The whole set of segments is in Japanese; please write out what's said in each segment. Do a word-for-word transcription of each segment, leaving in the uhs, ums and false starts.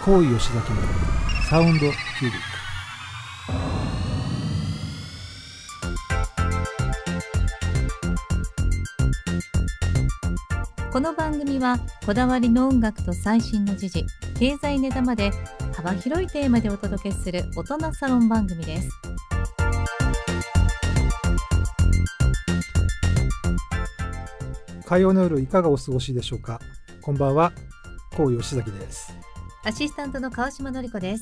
高井吉崎のサウンドキュービック。この番組はこだわりの音楽と最新の時事、経済ネタまで幅広いテーマでお届けする大人サロン番組です。 火曜の夜いかがお過ごしでしょうか。こんばんは、高井吉崎です。 アシスタントの川島典子です。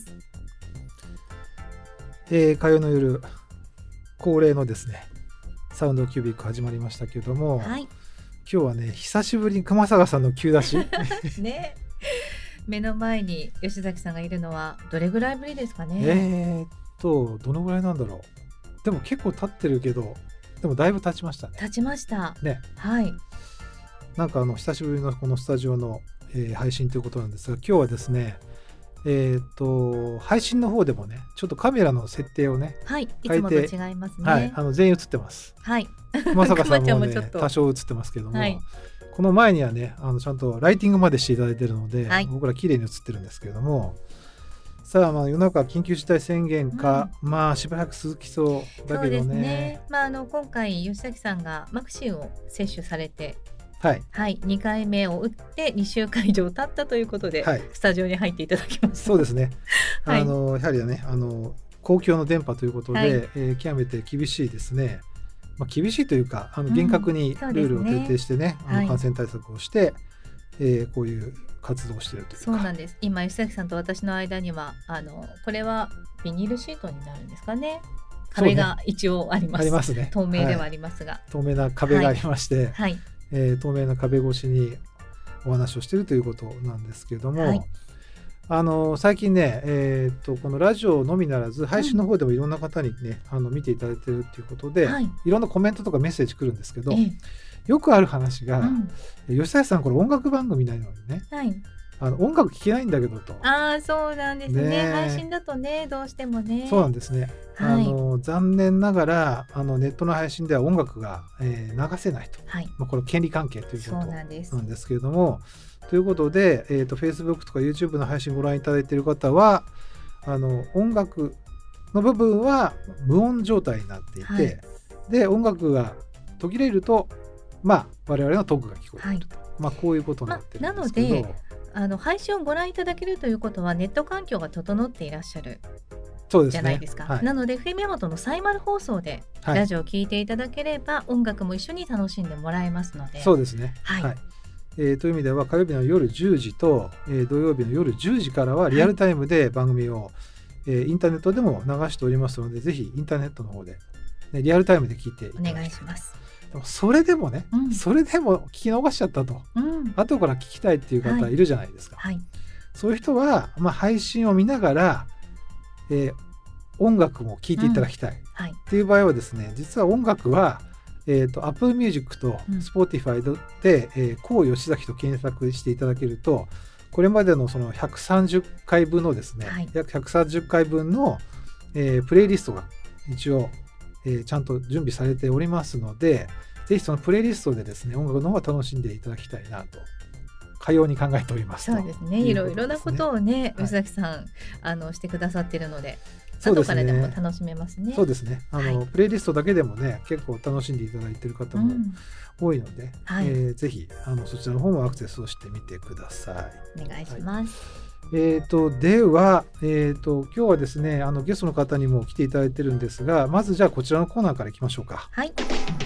えー、火曜の夜恒例のですねサウンドキュービック始まりましたけれども、 はい、 今日はね久しぶりに熊坂さんの急出しね、目の前に吉崎さんがいるのはどれぐらいぶりですかね。 えーっとどのぐらいなんだろう。でも結構経ってるけど、でもだいぶ経ちましたね。 経ちましたね。 はい。 なんかあの久しぶりのこのスタジオの、えー、配信ということなんですが、今日はですねえー、と配信の方でもねちょっとカメラの設定をね、 はい、いつもと違いますね。 はい、あの全員映ってます。 はい。 熊坂さんもねも多少映ってますけども、 はい、 この前にはねあのちゃんとライティングまでしていただいているので、 はい、 僕ら綺麗に映ってるんですけれども、さあ、まあ世の中緊急事態宣言か、うん、まあしばらく続きそうだけどね。そうですね。 まあ、あの今回吉崎さんがワクチンを接種されて、 はいはい、にかいめを打ってにしゅうかん以上経ったということで、はい、スタジオに入っていただきました。 そうですね、はい、あのやはりねあの公共の電波ということで、はい、えー、極めて厳しいですね、まあ、厳しいというかあの厳格にルールを徹底してね、うん、ね、あの感染対策をして、はい、えー、こういう活動をしているというか。 そうなんです。今吉崎さんと私の間にはあのこれはビニールシートになるんですかね。壁が一応あります。 ね、ありますね。 透明ではありますが、はい、 透明な壁がありまして、 はいはい、 えー、透明な壁越しにお話をしているということなんですけれども、はい、あの最近ね、えー、とこのラジオのみならず配信の方でもいろんな方にね、うん、あの見ていただいているということで、はい、いろんなコメントとかメッセージ来るんですけど、えー、よくある話が、うん、吉崎さんこれ音楽番組なのにね、はい、あの音楽聴けないんだけどと。 ああ、そうなんです ね, ね配信だとねどうしてもね。 そうなんですね、はい、あの残念ながらあのネットの配信では音楽が、えー、流せないと、はい、まあ、これ権利関係ということなんですけれども、ということで、えー、と Facebook とか YouTube の配信ご覧いただいている方はあの音楽の部分は無音状態になっていて、はい、で音楽が途切れると、まあ、我々のトークが聞こえると、はい、まあ、こういうことになってるんですけど、まあ、なのであの配信をご覧いただけるということはネット環境が整っていらっしゃるじゃないですか。 そうですね、はい、 なので エフエム 大和のサイマル放送でラジオを聞いていただければ、はい、音楽も一緒に楽しんでもらえますので。 そうですね、はいはい、えー、という意味では火曜日の夜じゅうじと、えー、土曜日の夜じゅうじからはリアルタイムで番組を、はい、えー、インターネットでも流しておりますので、ぜひインターネットの方で、ね、リアルタイムで聞いていただきたい。 お願いします。 でもそれでもね、うん、それでも聞き逃しちゃったと、うん、後から聞きたいっていう方いるじゃないですか、はいはい、そういう人は、まあ、配信を見ながら、えー、音楽も聴いていただきたい、うん、はい、っていう場合はですね、実は音楽は、えーと、Apple Music と Spotify で、うん、えー、高井吉崎と検索していただけると、これまでのそのひゃくさんじゅっかいぶんのですね、はい、約ひゃくさんじゅっかいぶんの、えー、プレイリストが一応えー、ちゃんと準備されておりますので、ぜひそのプレイリストでですね音楽の方は楽しんでいただきたいなとかように考えております。 そうですね、いろいろなことをね、吉崎さん、はい、あのしてくださっているので、後からでも楽しめますね。 そうですね、あの、はい、プレイリストだけでもね結構楽しんでいただいている方も多いので、うん、はい、えー、ぜひあのそちらの方もアクセスをしてみてください。 お願いします。 はい、えー、とでは、えー、と今日はですねあのゲストの方にも来ていただいてるんですが、まずじゃあこちらのコーナーからいきましょうか。 はい、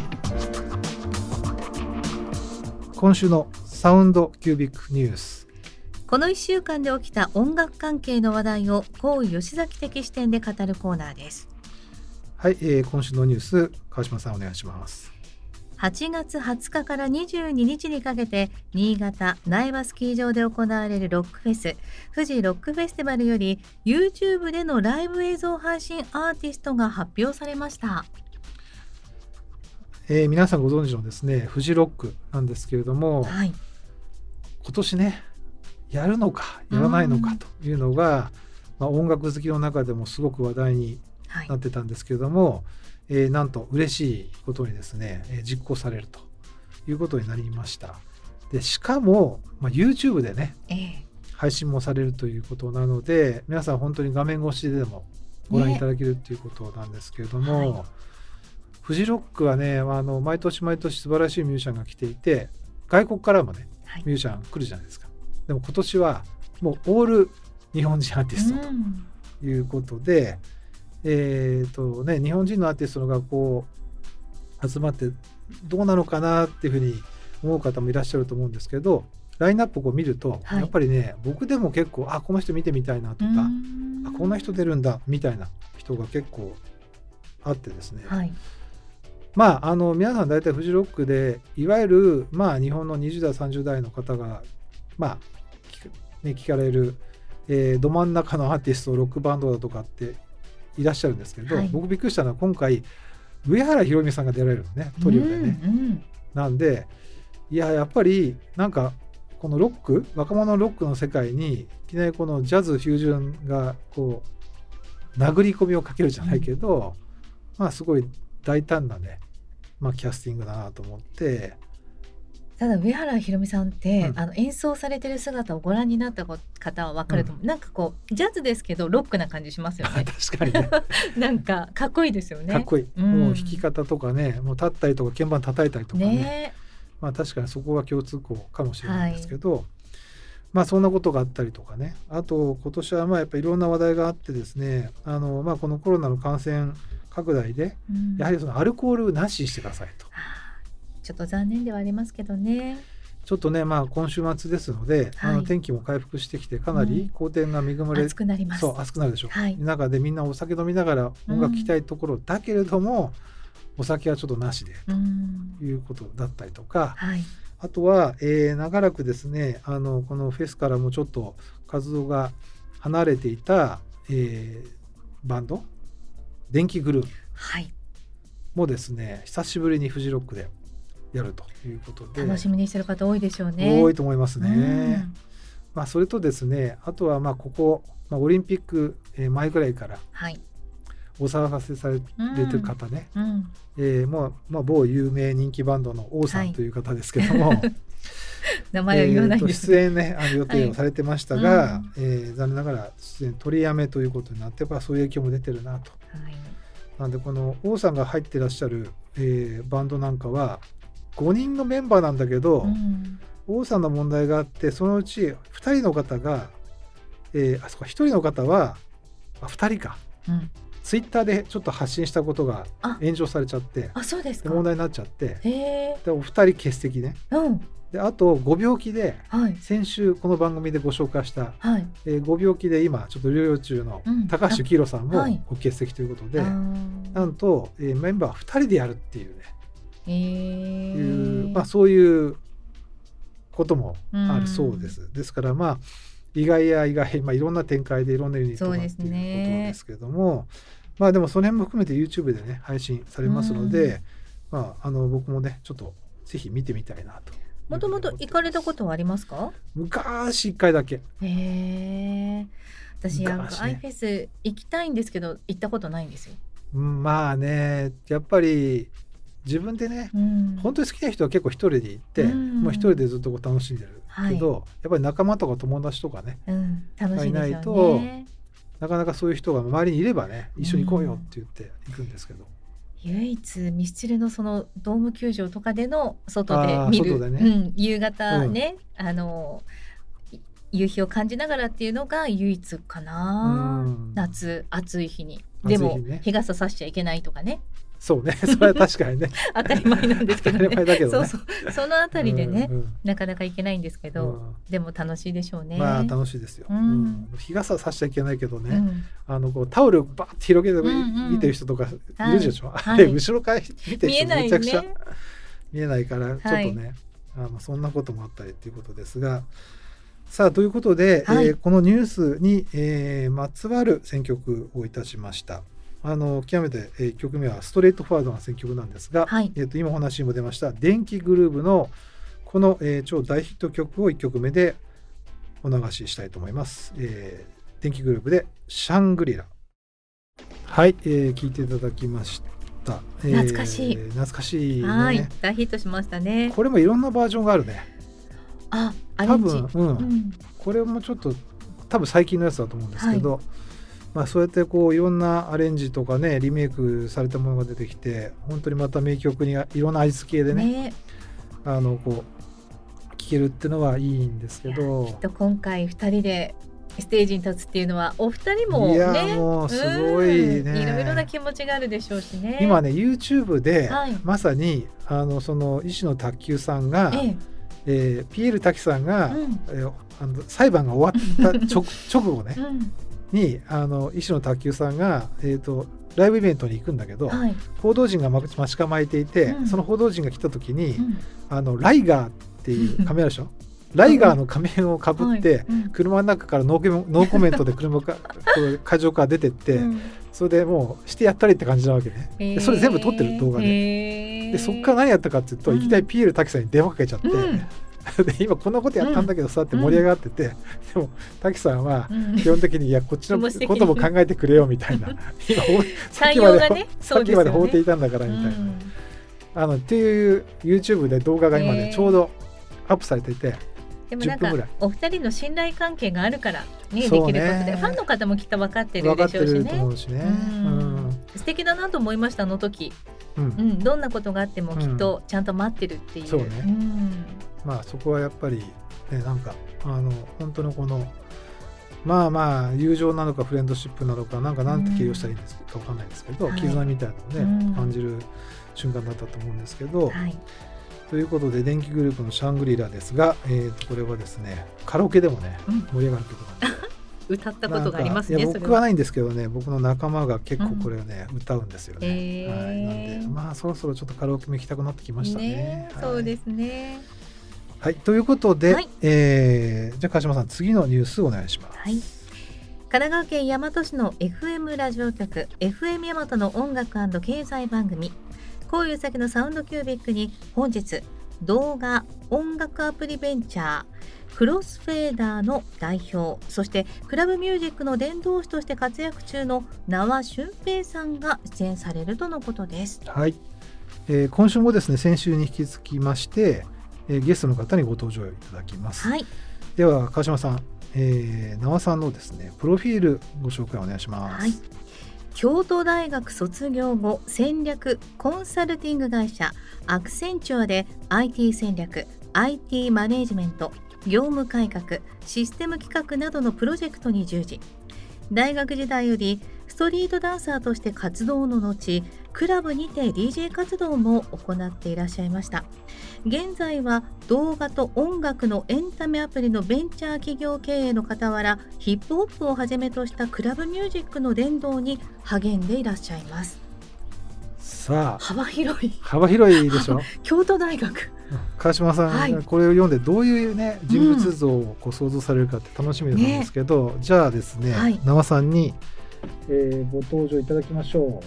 今週のサウンドキュービックニュース。 このいっしゅうかんで起きた音楽関係の話題を高井吉崎的視点で語るコーナーです。 はい、えー、今週のニュース川島さんお願いします。 はちがつはつかからにじゅうににちにかけて新潟苗場スキー場で行われるロックフェス富士ロックフェスティバルより YouTube でのライブ映像配信アーティストが発表されました。 えー、皆さんご存知のですね富士ロックなんですけれども、はい、今年ねやるのかやらないのかというのが、まあ、音楽好きの中でもすごく話題になってたんですけれども、はい、えー、なんと嬉しいことにですね、えー、実行されるということになりました。でしかも、まあ、YouTube でね、えー配信もされるということなので、皆さん本当に画面越しでもご覧いただけるということなんですけれども、ね、はい、フジロックはね、あの毎年毎年素晴らしいミュージシャンが来ていて、外国からもね、はい、ミュージシャン来るじゃないですか。でも今年はもうオール日本人アーティストということで、うん、えーとね、日本人のアーティストがこう集まってどうなのかなっていうふうに思う方もいらっしゃると思うんですけど、ラインナップをこう見ると、はい、やっぱりね、僕でも結構あこの人見てみたいなとか、あこんな人出るんだみたいな人が結構あってですね、はい、まああの皆さん大体フジロックでいわゆるまあ日本のにじゅう代さんじゅう代の方がまあ聞, ね、聞かれる、えー、ど真ん中のアーティスト、ロックバンドだとかっていらっしゃるんですけど、はい、僕びっくりしたのは今回上原ひろみさんが出られるのね、トリオでね、うんうん、なんでいややっぱりなんかこのロック、若者のロックの世界にいきなりこのジャズフュージョンがこう殴り込みをかけるじゃないけど、うん、まあすごい大胆なね、まあ、キャスティングだなと思って。 ただ上原ひろみさんって、うん、あの演奏されてる姿をご覧になった方は分かると思う、うん、なんかこうジャズですけどロックな感じしますよね確かにねなんかかっこいいですよね。 かっこいい、うん、もう弾き方とかね、もう立ったりとか鍵盤叩いたりとかね、ね、まあ確かにそこが共通項かもしれないんですけど、はい、まあそんなことがあったりとかね、あと今年はまあやっぱりいろんな話題があってですね、あのまあこのコロナの感染拡大で、うん、やはりそのアルコールなしにしてくださいと、 ちょっと残念ではありますけどね。 ちょっとね、まあ今週末ですので、はい、あの天気も回復してきてかなり好天が恵まれ、うん、 暑くなります。 そう暑くなるでしょう、はい、中でみんなお酒飲みながら音楽聴きたいところだけれども、うん、お酒はちょっとなしでということだったりとか、うん、はい、あとは、えー、長らくですね、あのこのフェスからもちょっと活動が離れていた、えー、バンド電気グループもですね、久しぶりにフジロックでやるということで、 楽しみにしてる方多いでしょうね。 多いと思いますね、まあ、それとですね、あとはまあここ、まあ、オリンピック前ぐらいからお騒がせされてる方ね、うんうん、えーまあまあ、某有名人気バンドの王さんという方ですけども、はい、 名前は言わないんです、 えー、出演ね、あの予定をされてましたが、はい、えー、残念ながら出演取りやめということになって、やっぱそういう影響も出てるなと、はい、なんでこの王さんが入ってらっしゃる、えー、バンドなんかはごにんのメンバーなんだけど、うん、王さんの問題があって、そのうちふたりの方が、えー、あそこひとりの方はあふたりか、うん、ツイッターでちょっと発信したことが炎上されちゃって、 あ、そうですか、 問題になっちゃって、 へでおふたり欠席ね、うん、であとご病気で、はい、先週この番組でご紹介した、はい、えー、ご病気で今ちょっと療養中の高橋幸宏さんもご欠席ということで、はい、なんと、えー、メンバーふたりでやるっていうね、えーいうまあ、そういうこともあるそうです。ですからまあ意外や意外、まあ、いろんな展開でいろんなユニットがっていうことですけども、まあでもその辺も含めて YouTube でね配信されますので、まあ、あの僕もねちょっとぜひ見てみたいなと。 もともと行かれたことはありますか？ 昔いっかいだけ。 へー、私なんかアイフェス行きたいんですけど行ったことないんですよ。 まあね、やっぱり自分でね、うん、本当に好きな人は結構一人で行って、うん、もう一人でずっと楽しんでるけど、はい、やっぱり仲間とか友達とかね、うん、楽しいですよね、いないとなかなかそういう人が周りにいればね、一緒に行こうよって言って行くんですけど、 うん、唯一ミスチルのそのドーム球場とかでの外で見る、ね、うん、夕方ね、うん、あの夕日を感じながらっていうのが唯一かな、うん、夏暑い日にでも、ね、日傘さしちゃいけないとかね、 そうね、それは確かにね当たり前なんですけどね、 当たり前だけどね、 そうそう、そのあたりでね、うんうん、なかなか行けないんですけど、うん、でも楽しいでしょうね。まあ楽しいですよ、うんうん、日傘さしちゃいけないけどね、うん、あのこうタオルバッて広げて見てる人とかいるでしょ、はい、あれ後ろから見てる人めちゃくちゃ見えないね、見えないからちょっとね、はい、あのそんなこともあったりっていうことですが、さあということで、はい、えー、このニュースに、えー、まつわる選曲をいたしました。あの極めて、えー、曲名はストレートフォワードな選曲なんですが、はい、えー、と今お話にも出ました電気グルーヴのこの、えー、超大ヒット曲をいっきょくめでお流ししたいと思います。えー、電気グルーヴでシャングリラ。はい、えー、聞いていただきました。 えー、懐かしい懐かしい、ね、 はい、大ヒットしましたね。 これもいろんなバージョンがあるね。 あ、 多分、うんうん、これもちょっと多分最近のやつだと思うんですけど、はい、まあ、そうやってこういろんなアレンジとかねリメイクされたものが出てきて本当にまた名曲にいろんな味付けでね、ね、あのこう聴けるっていうのはいいんですけど、 きっと今回ふたりでステージに立つっていうのはお二人もね、 いやもうすごいね、 いろいろな気持ちがあるでしょうしね。 今ね YouTube で、はい、まさにあのその医師の卓球さんが、えええー、ピエール滝さんが、うん、えー、あの裁判が終わった直, 直後ね、うん、にあの医師の卓球さんが、えーと、ライブイベントに行くんだけど、はい、報道陣が待ち構えていて、うん、その報道陣が来た時に、うん、あのライガーっていう仮面あるでしょライガーの仮面をかぶって、はいうん、車の中からノー, ノーコメントで車か会場から出てって、うん、それでもうしてやったりって感じなわけね、えー、でそれ全部撮ってる動画で、えー、でそっから何やったかっていうと、うん、いきなりピエール滝さんに電話かけちゃって、うん、で今こんなことやったんだけどさって盛り上がってて、うん、でも滝さんは基本的にいやこっちのことも考えてくれよみたいな今さっきまで、ね、さっきまで放っていたんだからみたいな、うん、あのっていう YouTube で動画が今ね、えー、ちょうどアップされていて、 でもなんかお二人の信頼関係があるから、ね、できることでファンの方もきっと分かってるでしょうしね。分かってると思うしね、うん、素敵だなと思いましたあの時、うんうん、どんなことがあってもきっとちゃんと待ってるっていう、うん、そうね、うん、 まあそこはやっぱり、ね、なんかあの本当のこのまあまあ友情なのかフレンドシップなのかなんかなんて形容したらいいんですか分かんないですけど、うん、絆みたいなのをね、はい、感じる瞬間だったと思うんですけど、はい、ということで電気グループのシャングリラですが、えー、とこれはですねカラオケでもね、うん、盛り上がる曲なんで歌ったことがありますね。 いや僕はないんですけどね、僕の仲間が結構これをね、うん、歌うんですよね、えーはい、なんでまあそろそろちょっとカラオケも行きたくなってきました ね, ね、 はい、そうですね。 はい、ということで、はい、えー、じゃあ川島さん次のニュースお願いします。 はい、神奈川県大和市の エフエム ラジオ局 エフエム 大和の音楽&経済番組こういう先のサウンドキュービックに本日動画音楽アプリベンチャークロスフェーダーの代表、そしてクラブミュージックの伝道師として活躍中の縄俊平さんが出演されるとのことです。 はい、えー、今週もですね先週に引き続きまして、えー、ゲストの方にご登場いただきます。はい、では川島さん、えー、縄さんのですねプロフィールご紹介お願いします。はい、 京都大学卒業後戦略コンサルティング会社アクセンチュアで アイティー 戦略 アイティー マネージメント業務改革システム企画などのプロジェクトに従事、大学時代よりストリートダンサーとして活動の後クラブにて ディージェー 活動も行っていらっしゃいました。現在は動画と音楽のエンタメアプリのベンチャー企業経営の傍らヒップホップをはじめとしたクラブミュージックの伝道に励んでいらっしゃいます。 さあ幅広い幅広いでしょ京都大学。 川島さん、はい、これを読んでどういう、ね、人物像をこう想像されるかって楽しみなんですけど、うんね、じゃあですね、はい、縄さんに、えー、ご登場いただきましょう。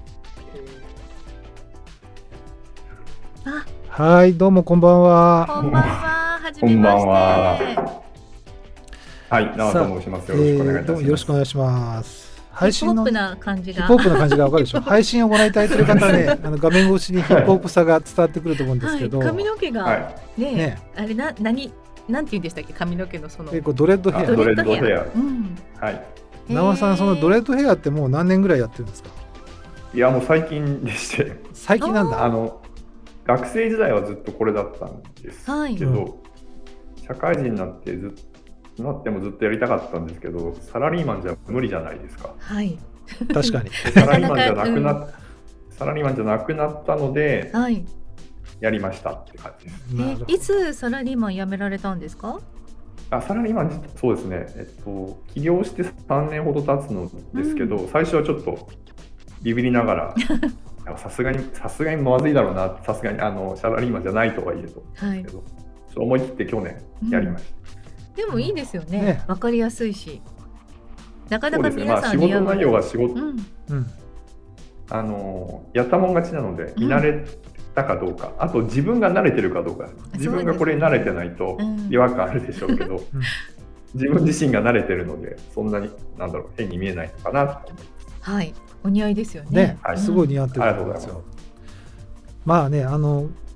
えー、あはいどうもこんばんは。 こんばんは。はじめまして。こんばんは。 はい縄と申します。よろしくお願いいたします。えー、どうもよろしくお願いします。 配信のヒップホップな感じがヒップホップな感じがわかるでしょ配信をご覧いただいている方はねあの画面越しにヒップホップさが伝わってくると思うんですけど、 はい、髪の毛が、はい、ね, ねあれな何なんて言うんでしたっけ髪の毛のそのえこうドレッドヘアドレッドヘア、うん、はい縄さんそのドレッドヘアってもう何年ぐらいやってるんですか？ いやもう最近でして最近なんだ。 あの学生時代はずっとこれだったんですけど、はいうん、社会人になってずっとなってもずっとやりたかったんですけどサラリーマンじゃ無理じゃないですか。 はい確かにサラリーマンじゃなくなっ、うん、サラリーマンじゃなくなったので、はい、やりましたって感じです。 えいつサラリーマン辞められたんですか？ あサラリーマンそうですね、えっと、起業してさんねんほど経つのですけど、うん、最初はちょっとビビりながらさすがにさすがにまずいだろうなさすがにあのサラリーマンじゃないとはいえと思うんですけど、はい、ちょっと思い切って去年やりました、 うん、でもいいですよね、ね分かりやすいしなかなか皆さん似合う、まあ、仕事内容が仕事、うんうん、あのやったもん勝ちなので見慣れたかどうか、うん、あと自分が慣れてるかどうか自分がこれに慣れてないと違和感あるでしょうけど、うん、自分自身が慣れてるのでそんなになんだろう変に見えないのかなと思います。 はいお似合いですよ ね, ね、はい、すごい似合ってると思いますよ、うん、まあねあの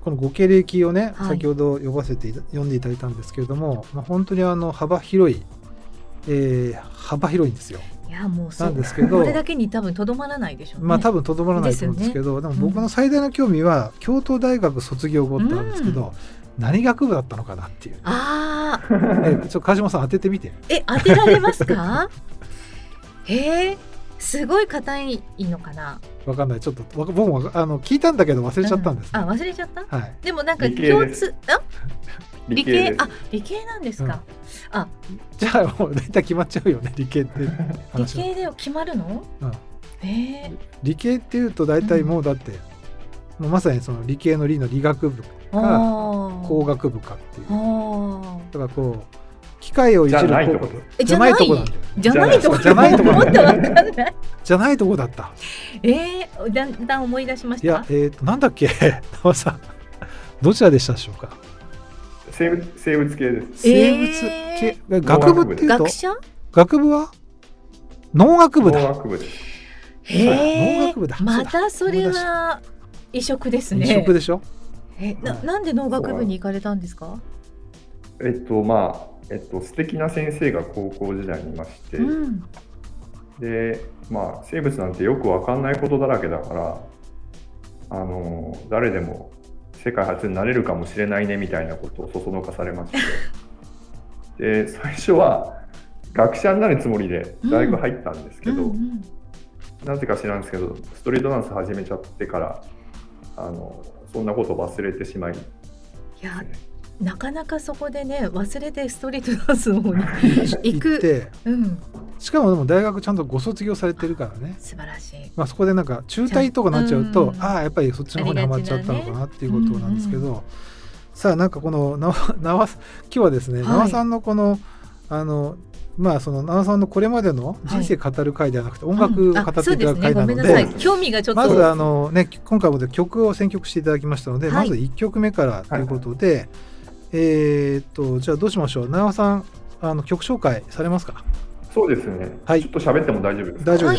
このご経歴をね、はい、先ほど呼ばせて読んでいただいたんですけれども、まあ、本当にあの幅広い、えー、幅広いんですよ。 いやもうそうなんですけど、 これだけに多分とどまらないでしょうね。 まあ多分とどまらないと思うんですけど、で、ね、でも僕の最大の興味は、うん、京都大学卒業後ってなんですけど、うん、何学部だったのかなっていう。 ああ、 えちょっと川島さん当ててみて。 え当てられますか？へえ、すごい硬いのかな。 わかんない、ちょっと僕もあの聞いたんだけど忘れちゃったんです、ね、 うん、あ忘れちゃった、 はい、 でもなんか共通あ理系、あ理系なんですか、うん、あじゃあもう大体決まっちゃうよね、理系って理系で決まるの、うん、えー、 理系っていうと大体もうだって、うん、もうまさにその理系の理の理学部か工学部かっていう、だからこう機械をいじる高校じゃないとこなんだよ、ね、 じゃないとこじゃないとこもっとわかんないじゃないとこだった。 えー、だんだん思い出しました。 いや、えーと、なんだっけ玉さんどちらでしたでしょうか。 生物、生物系です。 生物系、えー、学部っていうと学者学部は農学部だ。 農学部です。 へ農学部だ。 またそれは異色ですね。 異色でしょ。 えな、なんで農学部に行かれたんですか。 えっとまあえっと、素敵な先生が高校時代にいまして、うん、で、まあ、生物なんてよく分かんないことだらけだからあの誰でも世界初になれるかもしれないねみたいなことをそそのかされましてで最初は学者になるつもりで大学入ったんですけど、うんうんうん、なぜか知らんですけどストリートダンス始めちゃってからあのそんなことを忘れてしまい、ね、 いやなかなかそこでね忘れてストリートダンスの方に行く行って、うん、しかもでも大学ちゃんとご卒業されてるからね。 素晴らしい、 まあ、そこでなんか中退とかなっちゃうと、うん、ああやっぱりそっちの方にはまっちゃったのかなっていうことなんですけど、ねうんうん、さあなんかこのなわなわ今日はですね、はい、なわさんのこのあのまあそのなわさんのこれまでの人生語る会ではなくて音楽を語っていただく会なので、うんね、興味がちょっとまずあの、ね、今回も曲を選曲していただきましたので、はい、まずいっきょくめからということで、はい、えー、っとじゃあどうしましょう。なわさんあの曲紹介されますか。 そうですね、はい、ちょっと喋っても大丈夫ですか。 大丈夫です、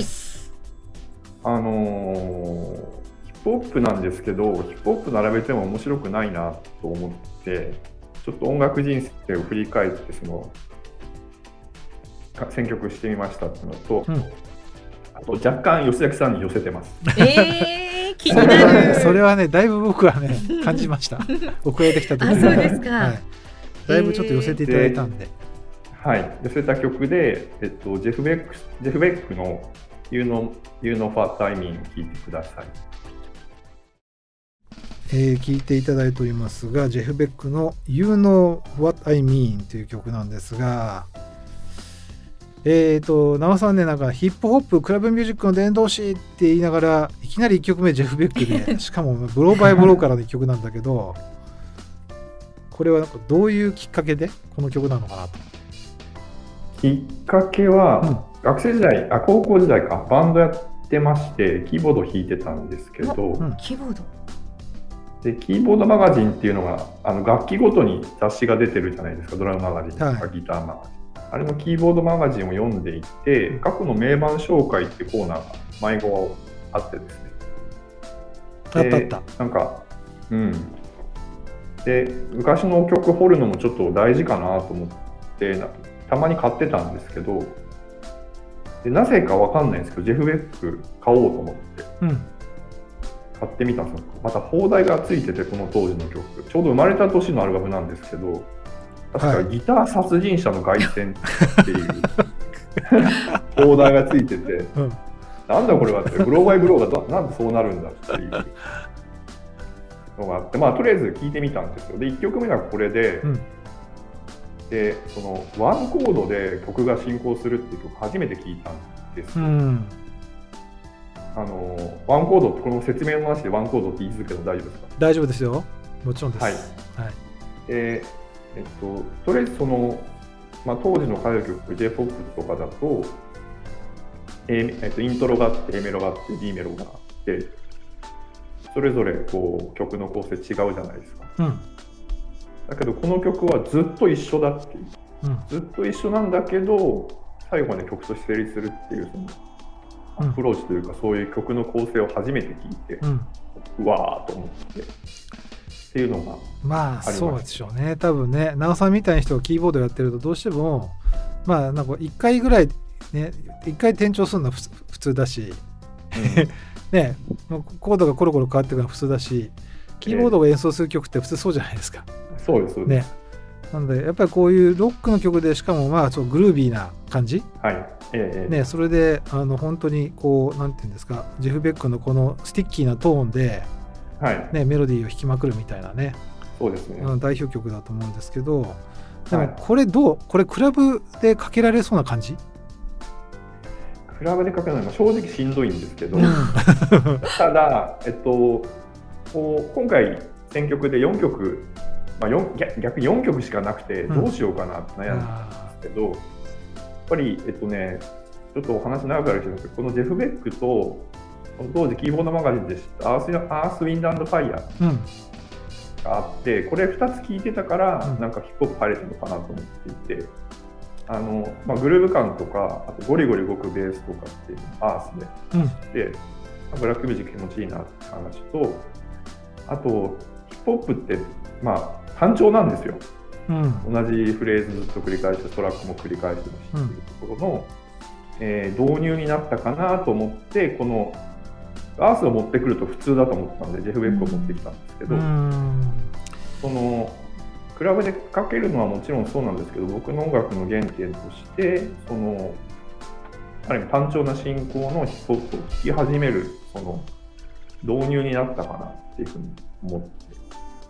はい、あのー、ヒップホップなんですけどヒップホップ並べても面白くないなと思ってちょっと音楽人生を振り返ってその選曲してみましたっていうのと、うん、あと若干吉崎さんに寄せてます。 えー、気になるそれはねだいぶ僕はね感じました送られてきた時に。 あ、そうですか、はい、 だいぶちょっと寄せていただいたんで、 えー、はい、寄せた曲で、えっと、ジェフ・ベック、ジェフ・ベックの You know, You know What I Mean 聴いてください。 えー、聞いていただいておりますがジェフ・ベックの You know What I Mean という曲なんですが、えーと、なわさんね、なんかヒップホップクラブミュージックの伝道師って言いながらいきなりいっきょくめジェフ・ベックでしかもブローバイブローからのいっきょくなんだけどこれはなんかどういうきっかけでこの曲なのかなと。 きっかけは、うん、学生時代あ高校時代かバンドやってましてキーボード弾いてたんですけど、 うん、キーボードでキーボードマガジンっていうのがあの楽器ごとに雑誌が出てるじゃないですか。ドラムマガジンとか、はい、ギターマガジンあれのキーボードマガジンを読んでいて過去の名盤紹介っていうコーナーが毎号あってですね。 あったあった。 なんかうんで昔の曲掘るのもちょっと大事かなと思ってたまに買ってたんですけどでなぜかわかんないんですけどジェフ・ベック買おうと思って、うん、買ってみたんですよ。また邦題がついててこの当時の曲ちょうど生まれた年のアルバムなんですけど確かギター殺人者の凱旋っていう邦題がついてて、うん、なんだこれはってグローバイブローがなんでそうなるんだっていうのがあってまあとりあえず聴いてみたんですよ。でいっきょくめがこれで、うん、でそのワンコードで曲が進行するっていう曲初めて聴いたんですよ、うん、あのワンコードってこの説明の話でワンコードって言い続けるの大丈夫ですか。 大丈夫ですよもちろんです。 はい、はいえーえっと、とりあえずその、まあ、当時の歌謡曲 J-ポップ とかだと、A えっと、イントロがあって A メロがあって D メロがあってそれぞれこう曲の構成違うじゃないですか、うん、だけどこの曲はずっと一緒だっていう、うん、ずっと一緒なんだけど最後まで曲として成立するっていうそのアプローチというか、うん、そういう曲の構成を初めて聞いて、うん、うわーと思ってっていうのがまあそうでしょうね。多分ね、なおさんみたいな人がキーボードやってるとどうしてもまあなんかいっかいぐらいね、いっかい転調するのは普通だし、うん、ね、コードがコロコロ変わってくるのは普通だし、キーボードが演奏する曲って普通そうじゃないですか。 えー、そうですそうです。ね、 なのでやっぱりこういうロックの曲でしかもまあそうグルービーな感じ、 はいえーね、それであの本当にこうなんていうんですか、ジェフ・ベックのこのスティッキーなトーンで、はいね、メロディーを弾きまくるみたいなね、 そうですね、 代表曲だと思うんですけど、でもこれどう、これクラブでかけられそうな感じ？ クラブでかけるのは正直しんどいんですけど、ただ、えっと、こう今回選曲でよんきょく、まあ、よん逆によんきょくしかなくてどうしようかなって悩んだんですけど、うん、やっぱり、えっとね、ちょっとお話長くなるけど、このジェフ・ベックと当時キーボードマガジンで知ったアース、アースウィンド&ファイヤーがあって、これふたつ聴いてたから、うん、なんかヒップホップ入れたのかなと思っていて、あのまあ、グルーヴ感とか、あとゴリゴリ動くベースとかっていうのをアースで知って、うん、ブラックミュージック気持ちいいなって話と、あとヒップホップってまあ単調なんですよ、うん、同じフレーズずっと繰り返してトラックも繰り返してるしっていうところの、うんえー、導入になったかなと思って、このアースを持ってくると普通だと思ってたのでジェフ・ベックを持ってきたんですけど、うん、そのクラブでかけるのはもちろんそうなんですけど、僕の音楽の原点としてそのある意味単調な進行のヒップホップを聴き始めるその導入になったかなっていうふうに思って。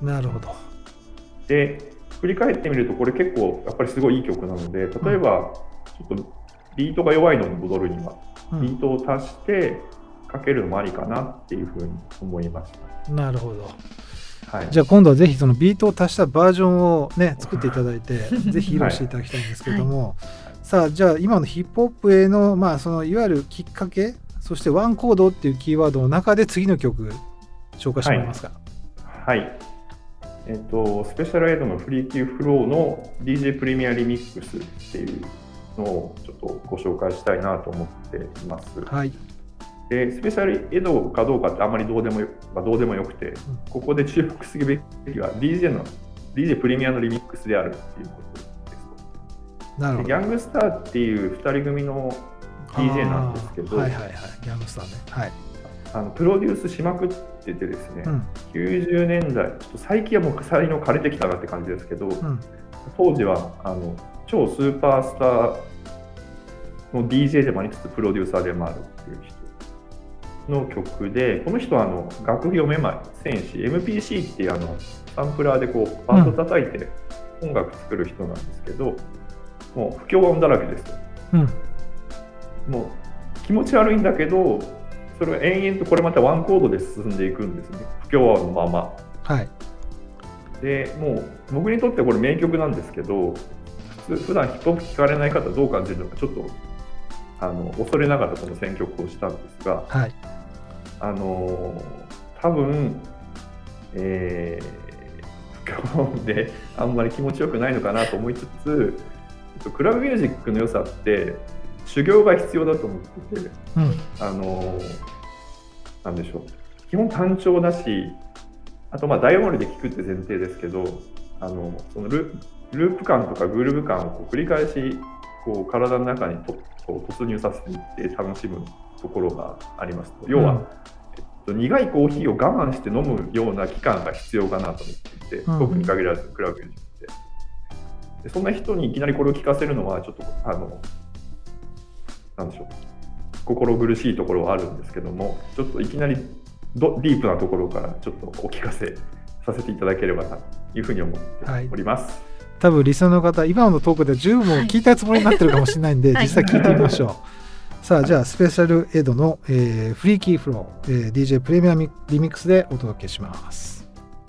なるほど。 で振り返ってみるとこれ結構やっぱりすごいいい曲なので、例えばちょっとビートが弱いのに戻るには、うん、ビートを足してかけるのもありかなっていうふうに思いました。 なるほど。はい、じゃあ今度はぜひそのビートを足したバージョンをね作っていただいてぜひ披露していただきたいんですけれども、はい、さあじゃあ今のヒップホップへのまあそのいわゆるきっかけ、そしてワンコードっていうキーワードの中で次の曲紹介してもらえますか？ はい、はい、えっとスペシャルエイドのフリーキューフローの ディージェー プレミアリミックスっていうのをちょっとご紹介したいなと思っています。はい。でスペシャルエドかどうかってあんまりどうでもよ、まあ、どうでもよくて、うん、ここで注目するべきは ディージェー の ディージェー プレミアのリミックスであるっていうことです。なるほど。ギャングスターっていうふたり組の ディージェー なんですけど、 はいはいはい、ギャングスターね、はい、 あのプロデュースしまくっててですね、うん、きゅうじゅうねんだい、ちょっと最近はもう才能枯れてきたなって感じですけど、うん、当時はあの超スーパースターの ディージェー でもありつつプロデューサーでもあるっていう人の曲で、この人はあの楽器をめまいせんし エムピーシー っていうあのサンプラーでこうバンド叩いて音楽作る人なんですけど、うん、もう不協和音だらけですよ、うん、もう気持ち悪いんだけどそれを延々とこれまたワンコードで進んでいくんですね、不協和音のまま、はい、でもう僕にとってこれ名曲なんですけど、普通普段ヒップホップ聴かれない方どう感じるのかちょっとあの恐れながらこの選曲をしたんですが、はい、あの多分、えー、不協和音であんまり気持ちよくないのかなと思いつつ、クラブミュージックの良さって修行が必要だと思ってて、うん、あのなんでしょう、基本単調だし、あとまあダイヤモンドで聴くって前提ですけど、あのその ル, ループ感とかグルーヴ感をこう繰り返しこう体の中にとこう突入させていって楽しむところがありますと、要は、うんえっと、苦いコーヒーを我慢して飲むような期間が必要かなと思っていて、僕に限らずクラブミュージックってで、そんな人にいきなりこれを聞かせるのはちょっとあのなんでしょう、心苦しいところはあるんですけども、ちょっといきなりドディープなところからちょっとお聞かせさせていただければなというふうに思っております。はい、 多分リスナーの方今のトークで十分聞いたつもりになってるかもしれないんで、はい、実際聞いてみましょう。はい、さあじゃあスペシャルエドの、えー、フリーキーフロー、えー、ディージェー プレミアムリミックスでお届けします。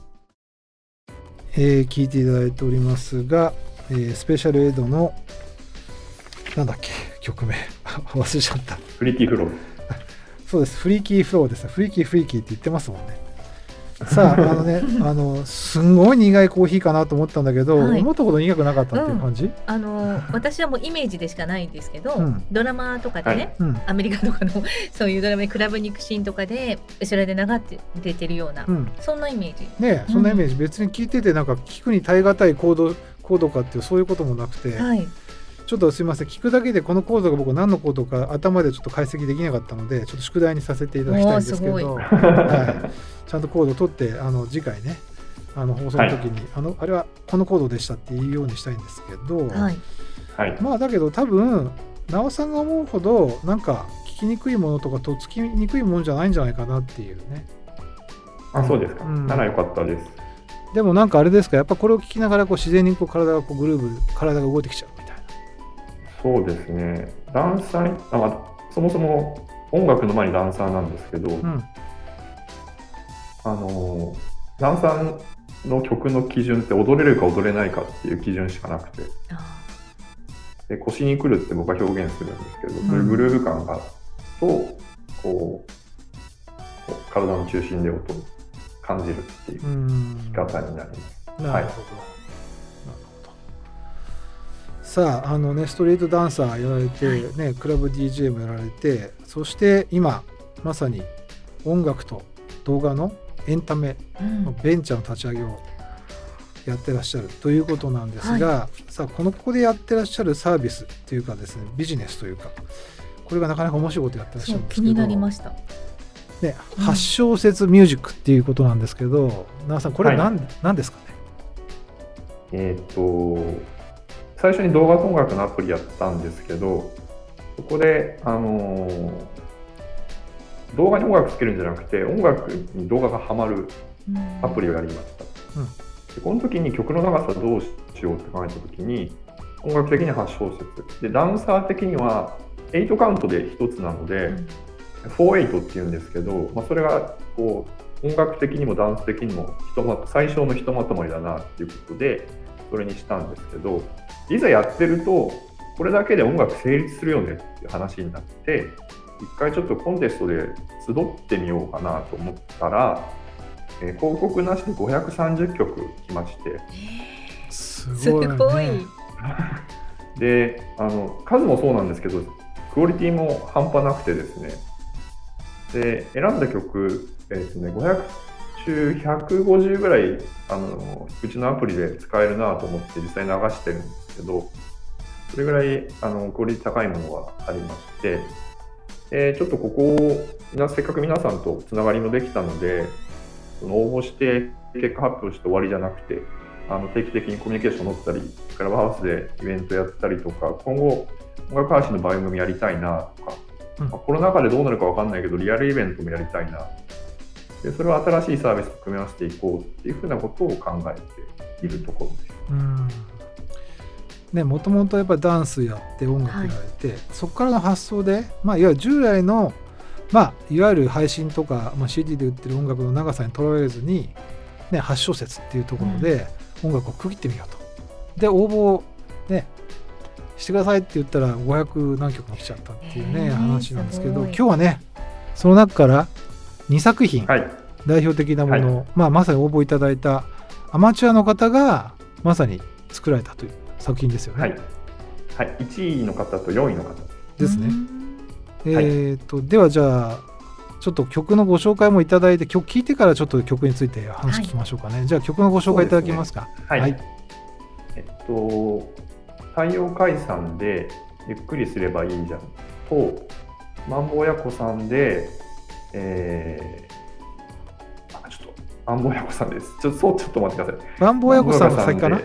えー、聞いていただいておりますが、えー、スペシャルエドのなんだっけ曲名忘れちゃった。 フリーキーフローそうです、フリーキーフローです。フリーキーフリーキーって言ってますもんね。 さあ、あのね、あのすんごい苦いコーヒーかなと思ったんだけど、はい、思ったほど苦くなかったっていう感じ、うん、 あの私はもうイメージでしかないんですけど、うん、ドラマとかでね、はい、アメリカとかのそういうドラマでクラブに行くシーンとかで後ろで流って出てるような、うん、そんなイメージね、そんなイメージ、うん、別に聞いててなんか聞くに耐え難いコード、コードかっていうそういうこともなくて、はい、ちょっとすいません、聞くだけでこのコードが僕何のコードか頭でちょっと解析できなかったのでちょっと宿題にさせていただきたいんですけど、はい、ちゃんとコードを取ってあの次回ねあの放送の時に、はい、あのあれはこのコードでしたっていうようにしたいんですけど、はいはい、まあだけど多分なおさんが思うほどなんか聞きにくいものとかとっつきにくいものじゃないんじゃないかなっていうね。 あ、そうですか、うん、ならよかったです。 でもなんかあれですか、やっぱこれを聞きながらこう自然にこう体がこうグルーブ体が動いてきちゃうみたいな。 そうですね、ダンサーあ、まあ、そもそも音楽の前にダンサーなんですけど、うん、あのダンサーの曲の基準って踊れるか踊れないかっていう基準しかなくて、で腰に来るって僕は表現するんですけど、そういうグルーヴ感がとこう、こう体の中心で音を感じるっていう生き方になります。 なるほど、はい、さあ、あのね、ストリートダンサーやられて、ね、クラブ ディージェー もやられて、そして今まさに音楽と動画のエンタメのベンチャーの立ち上げをやってらっしゃるということなんですが、はい、さあこのここでやってらっしゃるサービスっていうかですね、ビジネスというか、これがなかなか面白いことやってらっしゃるんですけど、 気になりました、 ね、はち小節ミュージックっていうことなんですけど、なおさんこれは 何,、はい、何ですかね。 えー、っと最初に動画と音楽のアプリやったんですけど、そこであのー動画に音楽つけるんじゃなくて音楽に動画がはまるアプリをやりました、うん、でこの時に曲の長さどうしようって考えた時に音楽的にはち小節で、ダンサー的にははちカウントでひとつなので、うん、よんじゅうはちっていうんですけど、まあ、それがこう音楽的にもダンス的にもひとま最小のひとまとまりだなっていうことでそれにしたんですけど、いざやってるとこれだけで音楽成立するよねっていう話になって、一回ちょっとコンテストで集ってみようかなと思ったら、えー、広告なしでごひゃくさんじゅっきょく来まして、 すごい、ね、 であの数もそうなんですけどクオリティも半端なくてですね、で選んだ曲、えーとね、ごひゃく中ひゃくごじゅうぐらいあのうちのアプリで使えるなと思って実際流してるんですけど、それぐらいあのクオリティ高いものがありまして、えー、ちょっとここをせっかく皆さんとつながりもできたので、その応募して結果発表して終わりじゃなくて、あの定期的にコミュニケーションを持ったり、クラブハウスでイベントやったりとか、今後音楽配信の番組やりたいなとか、うん、まあ、コロナ禍でどうなるか分かんないけどリアルイベントもやりたいな、でそれを新しいサービスと組み合わせていこうっていうふうなことを考えているところです。 うんね、もともとやっぱりダンスやって音楽やられて、はい、そこからの発想で、まあ、いわゆる従来の、まあ、いわゆる配信とか、まあ、シーディー で売ってる音楽の長さにとらわれずに、ね、はち小節っていうところで音楽を区切ってみようと、うん、で応募、ね、してくださいって言ったらごひゃく何曲も来ちゃったっていうね、えー、話なんですけど、今日はねその中からにさく品、はい、代表的なものを、はい、まあ、まさに応募いただいたアマチュアの方がまさに作られたという作品ですよね。 はい、はい、いちいの方とよんいの方ですね。えーと、はい、ではじゃあちょっと曲のご紹介もいただいて、曲聴いてからちょっと曲について話聞きましょうかね。はい、じゃあ曲のご紹介いただけますか。 ね、はい、はい、えっと太陽海さんでゆっくりすればいいじゃんと、マンボ親子さんで、えー、あちょっとマンボ親子さんです。ちょっとそうちょっと待ってください。 マンボ親子さんの先かな。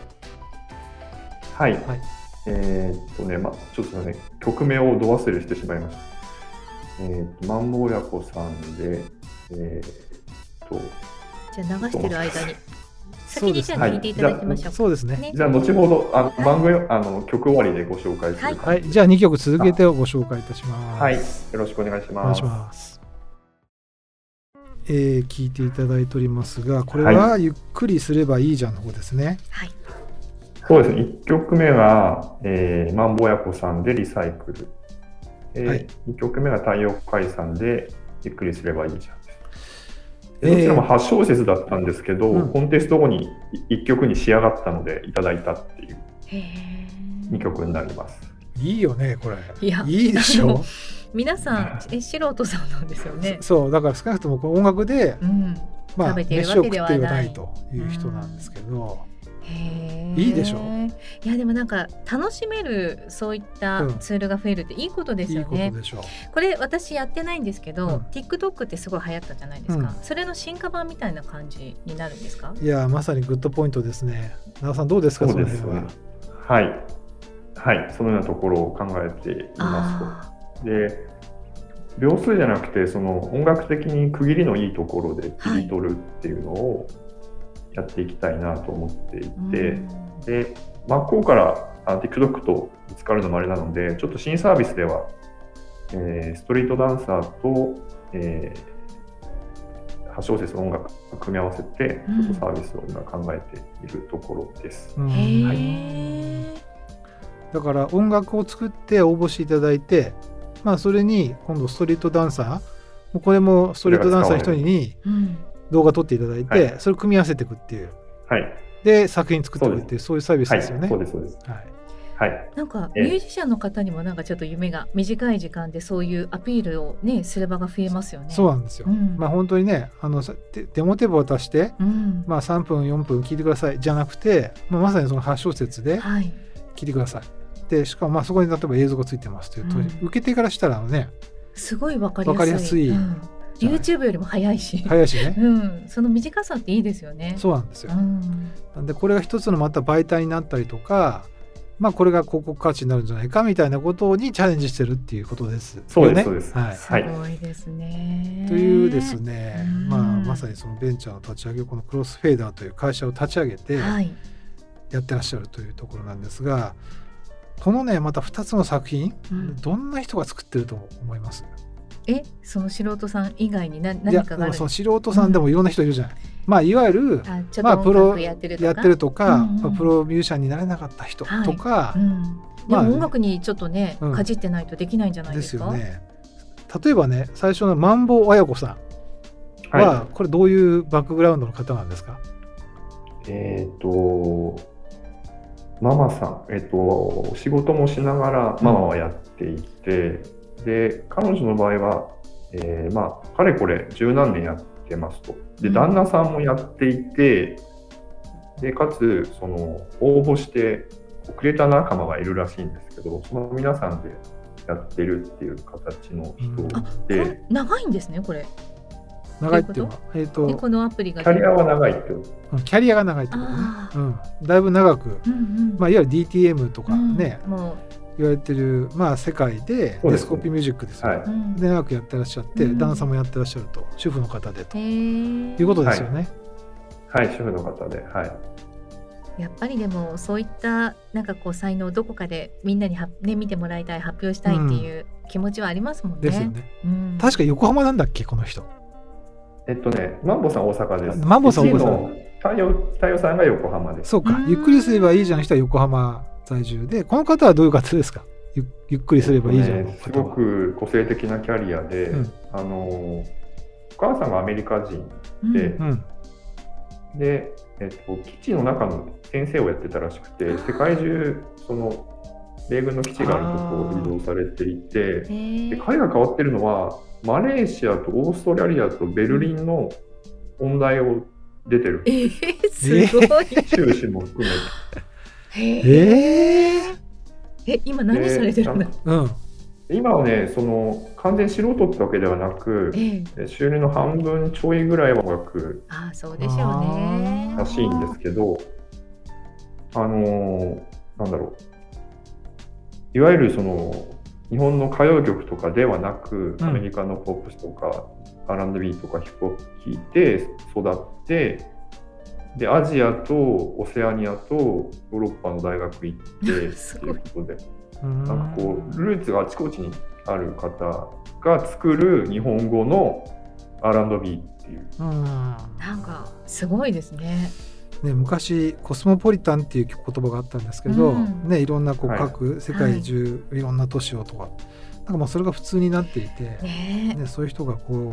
はい、はい、えー、っとね、ま、ちょっとね、曲名をど忘れしてしまいました。えー、っと、マンボ親子さんで、えー、っと、 じゃあ流してる間に、先にじゃあ聞いていただきましょう。 そうですね。 じゃあ、後ほど、あの、はい、番組、あの、曲終わりでご紹介する。 はい、じゃあにきょく続けてご紹介いたします。 はい、よろしくお願いします。お願いします。 えー、聞いていただいておりますが、これはゆっくりすればいいじゃんの方ですね。 はい。 そうですね、いっきょくめが、えー、マンボ親子さんでリサイクル、えーはい、にきょくめが太陽海さんでゆっくりすればいいじゃんです。 どちらもはち小節だったんですけど、うん、コンテスト後にいっきょくに仕上がったのでいただいたっていうにきょくになります。 いいよねこれ。いや、いいでしょ。 皆さんえ素人さんなんですよね。 そうだから少なくともこの音楽で、うん、まあ、 食べているわけではない、 飯を食ってはないという人なんですけど、うん、へいいでしょ。 いやでもなんか楽しめるそういったツールが増えるっていいことですよね、うん、いいことでしょう。これ私やってないんですけど、うん、TikTok ってすごい流行ったじゃないですか、うん、それの進化版みたいな感じになるんですか？ いやまさにグッドポイントですね。長尾さんどうですか？ そうです、その辺は。はいはいそのようなところを考えていますと。で秒数じゃなくてその音楽的に区切りのいいところで切り取るっていうのをやっていきたいなと思っていて、はい、で真っ向からあ TikTok とぶつかるのもあれなのでちょっと新サービスでは、えー、ストリートダンサーと、えー、はち小節の音楽を組み合わせてちょっとサービスを今考えているところです、うんはい、 だから音楽を作って応募していただいてまあ、それに今度ストリートダンサーこれもストリートダンサー一人に動画撮っていただいて、はい、それを組み合わせていくっていう、はい、で作品作っていくっていうそういうサービスですよね。 そうですそうです、はいはい、なんかミュージシャンの方にもなんかちょっと夢が短い時間でそういうアピールをねする場が増えますよね。 そうなんですよ、うん、まあ本当にねあのデモテープを渡して、うんまあ、さんぷんよんぷん聞いてくださいじゃなくて、まあ、まさにそのはち小節で聞いてください、はいでしかもまあそこに例えば映像がついてますというと、うん、受け手からしたらねすごい分かりやすい、分かりやすい、うん、YouTube よりも早いし早いしね、 うん、その短さっていいですよね。 そうなんですよ、うん、なんでこれが一つのまた媒体になったりとかまあこれが広告価値になるんじゃないかみたいなことにチャレンジしてるっていうことですよね。 そうですそうです、 はい、すごいですね。 というですね、まあ、まさにそのベンチャーの立ち上げこのクロスフェーダーという会社を立ち上げてやってらっしゃるというところなんですが、はいこのねまたふたつの作品、うん、どんな人が作ってると思います？ えその素人さん以外に何かがある？いやでもその素人さんでもいろんな人いるじゃない、うん、まあいわゆるあちょっと音楽やってるとか、 まあ、プロやってるとか、うんうんまあ、プロミュージシャンになれなかった人とか、はいうんまあ、でも音楽にちょっとね、うん、かじってないとできないんじゃないですか？ ですよね。例えばね最初のマンボ綾子さんは、はい、これどういうバックグラウンドの方なんですか？ えっ、ー、とママさん、えっと、仕事もしながらママはやっていて、うん、で彼女の場合は、えーまあ、かれこれ十何年やってますと。で旦那さんもやっていて、うん、でかつその応募してくれた仲間がいるらしいんですけどその皆さんでやってるっていう形の人で、 うん、長いんですねこれ。 長いっていうのは、えーと、 このアプリがキャリアは長いってこと、 キャリアが長いってことね、うん、だいぶ長く、うんうんまあ、いわゆる ディーティーエム とかね、うん、もう言われてる、まあ、世界でデスコピーミュージックですよ、はい、で長くやってらっしゃって、うん、旦那さんもやってらっしゃると主婦の方でということですよね。 はい、はい、主婦の方で、はい、 やっぱりでもそういったなんかこう才能どこかでみんなには、ね、見てもらいたい発表したいっていう気持ちはありますもんね、うん、 ですよね、うん、確か横浜なんだっけこの人。 えっとね、マンボさん大阪です。 マンボさん大阪。太陽、太陽さんが横浜です。 そうか、ゆっくりすればいいじゃん人は横浜在住で、この方はどういう方ですか？ ゆ, ゆっくりすればいいじゃん、えっとね、 すごく個性的なキャリアで、うん、あのお母さんがアメリカ人で、うん、で、えっと、基地の中の先生をやってたらしくて、世界中その米軍の基地があるところを移動されていて、で彼が変わってるのはマレーシアとオーストラリアとベルリンの音大を出てる。 えー、すごい。 修士も含めて。えー、え、今何されてるんだ。 うん、 今はね、その完全素人ってわけではなく、えー、収入の半分ちょいぐらいは音楽らしいんですけど、あのなんだろう、いわゆるその日本の歌謡曲とかではなく、うん、アメリカのポップスとか アールアンドビー とかヒップホップ聴いて育って、でアジアとオセアニアとヨーロッパの大学行ってっていうことでなんかこうルーツがあちこちにある方が作る日本語の アールアンドビー っていう、 うん、なんかすごいですね。 ね、昔コスモポリタンっていう言葉があったんですけど、うんね、いろんなこう各、はい、世界中いろんな都市をとか、なんかもうそれが普通になっていて、ねね、そういう人がこう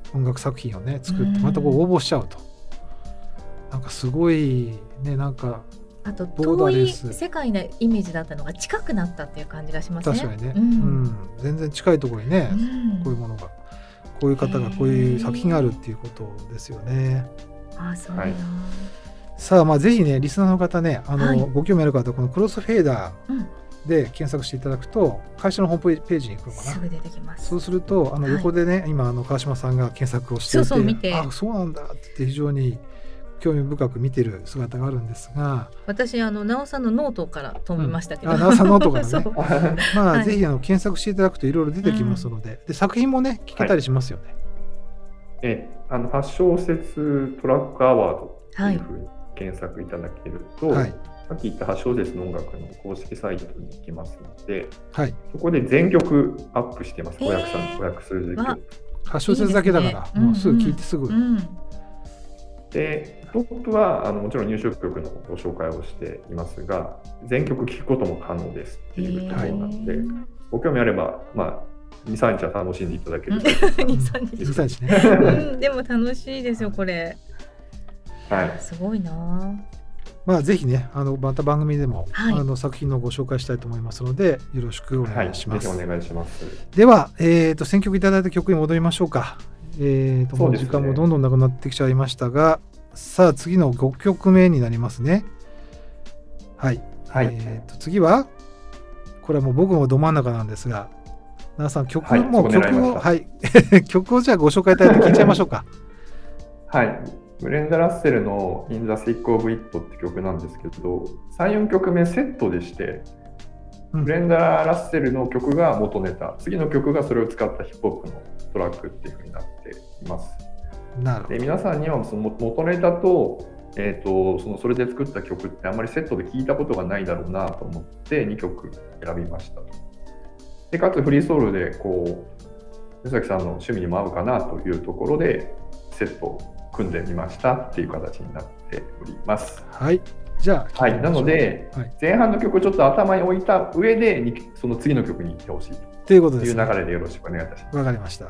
音楽作品をね作ってまたこう応募しちゃうと、なんかすごいね、なんかあと遠い世界のイメージだったのが近くなったっていう感じがしますね。 確かにね、うんうん、全然近いところにね、うん、こういうものがこういう方がこういう作品があるっていうことですよね。 ああ、そうだな、はい、 さあ、まあぜひねリスナーの方ね、あの、はい、ご興味ある方はこのクロスフェーダーで検索していただくと会社のホームページに行くのかな。 すぐ出てきます。 そうするとあの横でね、はい、今あの川島さんが検索をしていて、 そうそう見て、 あ、そうなんだって非常に興味深く見てる姿があるんですが、 私あの直さんのノートから飛びましたけど、 うん、あ、直さんノートからねまあ、はい、ぜひあの検索していただくといろいろ出てきますので、うん、で作品もね聞けたりしますよね。はい、 えあのはち小節トラックアワードというふうに検索いただけると、はい、さっき言ったはち小節の音楽の公式サイトに行きますので、はい、そこで全曲アップしてます。ごひゃくさん、ごひゃく数十曲。はち小節だけだから、いい、ね、もうすぐ聞いてすぐ、うんうん、 でトップはあのもちろん入手曲のご紹介をしていますが、全曲聴くことも可能ですっていうところなので、ご興味あれば、まあ、にさんにちは楽しんでいただけるとにさんにちね、うん、でも楽しいですよこれ、はい、すごいな。 まあ、ぜひねあのまた番組でも、はい、あの作品のご紹介したいと思いますのでよろしくお願いします。 はい、ぜひお願いします。 では、えー、と選曲いただいた曲に戻りましょうか。えーともう時間もどんどんなくなってきちゃいましたが、さあ次のごきょくめになりますね。はい、はい、えー、と次はこれはもう僕もど真ん中なんですが、奈良さん曲、はい、もう曲を、はい、曲をじゃあご紹介いただいて聞いちゃいましょうか。 はい、ブレンダ・ラッセルの In the Thick of It って曲なんですけど、さん、よんきょくめセットでして、うん、ブレンダ・ラッセルの曲が元ネタ、次の曲がそれを使ったヒップホップのトラックっていう風になっています。 なるほど。 で皆さんにはその元ネタと、えーと、そのそれで作った曲ってあんまりセットで聴いたことがないだろうなと思ってにきょく選びました。でかつフリーソウルでこう吉崎さんの趣味にも合うかなというところでセットを組んでみましたっていう形になっております。 はい、じゃあ、はい、 なので、はい、前半の曲をちょっと頭に置いた上でその次の曲に行ってほしいということですね。いう流れでよろしくお願いいたします。 わかりました。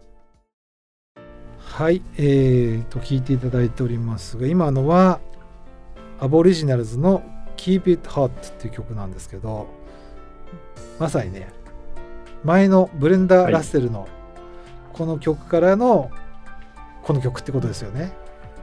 はい、えー、と聞いていただいておりますが、今のはアボリジナルズの Keep It Hot っていう曲なんですけど、まさにね前のブレンダー・ラッセルのこの曲からのこの曲ってことですよね。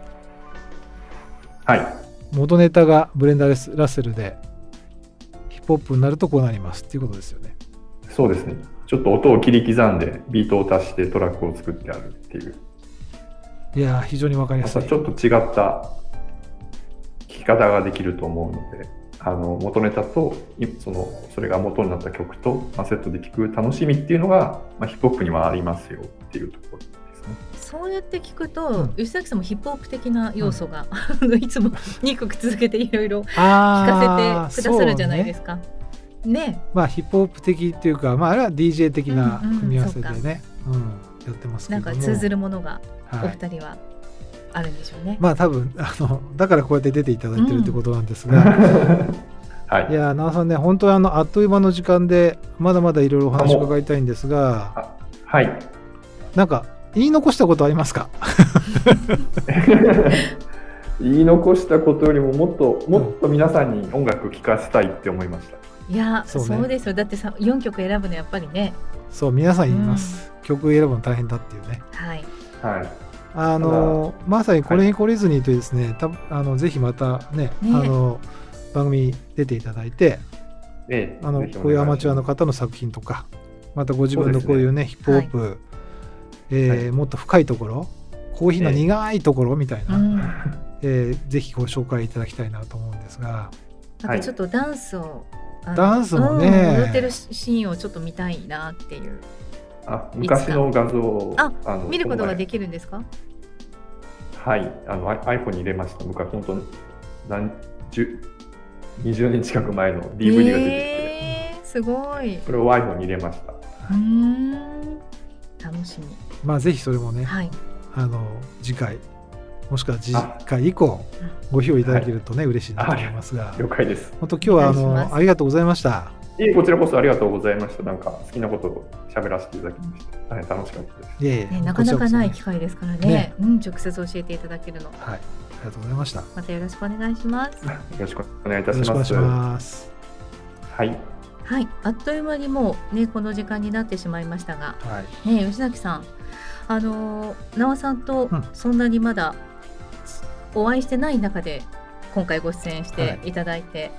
はい、 元ネタがブレンダー・ラッセルでヒップホップになるとこうなりますっていうことですよね。 そうですね。ちょっと音を切り刻んでビートを足してトラックを作ってあるっていう。 いや非常に分かりやすい。 またちょっと違った聴き方ができると思うので、あの元ネタと そのそれが元になった曲と、まあ、セットで聴く楽しみっていうのが、まあ、ヒップホップにはありますよっていうところですね。 そうやって聞くと、うん、吉崎さんもヒップホップ的な要素が、うん、いつもにきょく続けていろいろ聞かせてくださるじゃないですか。ね。ね、 まあヒップホップ的っていうか、まあ、あれは ディージェー 的な組み合わせでね、うんうん、うん、やってますけども、 なんか通ずるものがお二人はあるんでしょうね。はい、 まあ多分あのだからこうやって出ていただいてるってことなんですが、うんはい、いや奈良さんね本当にあのあっという間の時間でまだまだいろいろお話を伺いたいんですが、 はい、 なんか言い残したことありますか？ 言い残したことよりももっともっと皆さんに音楽聴かせたいって思いました。 いや そう,、ね、そうですよ。だってさよんきょく選ぶのやっぱりね。 そう皆さん言います、うん、曲選ぶの大変だっていうね。 はい、 はい、 あのまさにこれに懲りずにとですね、はい、たあのぜひまた ね, ねあの番組出ていただいて、ええ、あのこういうアマチュアの方の作品とかまたご自分のこういうね、ヒップホップ、はいえーはい、もっと深いところコーヒーの苦いところみたいな、えーえー、ぜひご紹介いただきたいなと思うんですが、 なんかちょっとダンスを、 はい、ダンスもね、 踊ってるシーンをちょっと見たいなっていう。 あ昔の画像をああの見ることができるんですか？ はい、あの iPhone に入れました。昔本当に何十にじゅうねん近く前の ディーブイディー が出てきて、 えー、すごい。 これを iPhone に入れました。 うーん楽しみ。 まあぜひそれもね、はい、あの次回もしくは次回以降ご披露いただけるとね、はい、嬉しいなと思いますが、 了解です。 本当今日はあのありがとうございました。 いえ、こちらこそありがとうございました。なんか好きなことを喋らせていただきました。はい、楽しかったです。 いえいえ、ね、なかなかない機会ですからね。ね、うん、直接教えていただけるの。 はい、ありがとうございました。 またよろしくお願いします。よろしくお願いいたします。 よろしくお願いします。 はい。 はい、あっという間にもうねこの時間になってしまいましたが、 はい、ね、吉崎さん、あの縄さんとそんなにまだお会いしてない中で今回ご出演していただいて、はい、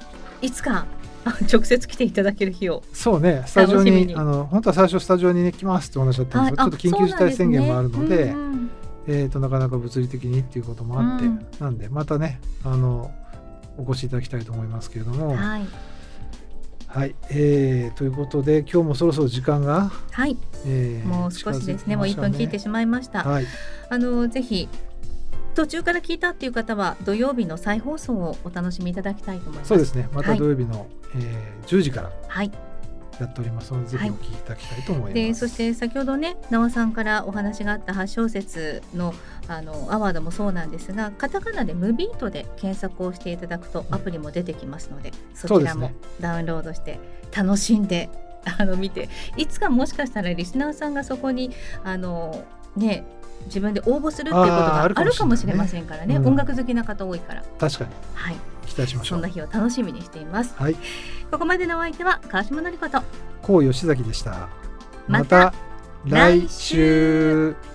いつか直接来ていただける日をそうね、スタジオにあの本当は最初スタジオに、ね、来ますってお話だったんですけど、はい、ちょっと緊急事態宣言もあるので、で、ね、うんうん、えー、となかなか物理的にっていうこともあって、うん、なんでまたねあのお越しいただきたいと思いますけれども、 はい、 はい、えー、ということで今日もそろそろ時間が、 はい、えー、もう少しですね、もういっぷん切ってしまいました。はい、あのぜひ途中から聞いたっていう方は土曜日の再放送をお楽しみいただきたいと思います。 そうですね、また土曜日の、はい、えー、じゅうじからはいやっておりますので、ぜひお聞きいただきたいと思います。 でそして先ほどね縄さんからお話があったはち小節 の, あのアワードもそうなんですが、カタカナでムビートで検索をしていただくとアプリも出てきますので、うん、そちらもダウンロードして楽しんであの見て、いつかもしかしたらリスナーさんがそこにあのね自分で応募するっていうことがあるかもしれませんからね、うん、音楽好きな方多いから。 確かに、 はい、 期待しましょう。 そんな日を楽しみにしています。 はい、 ここまでのお相手は川島典子と高吉崎でした。 また来週。 来週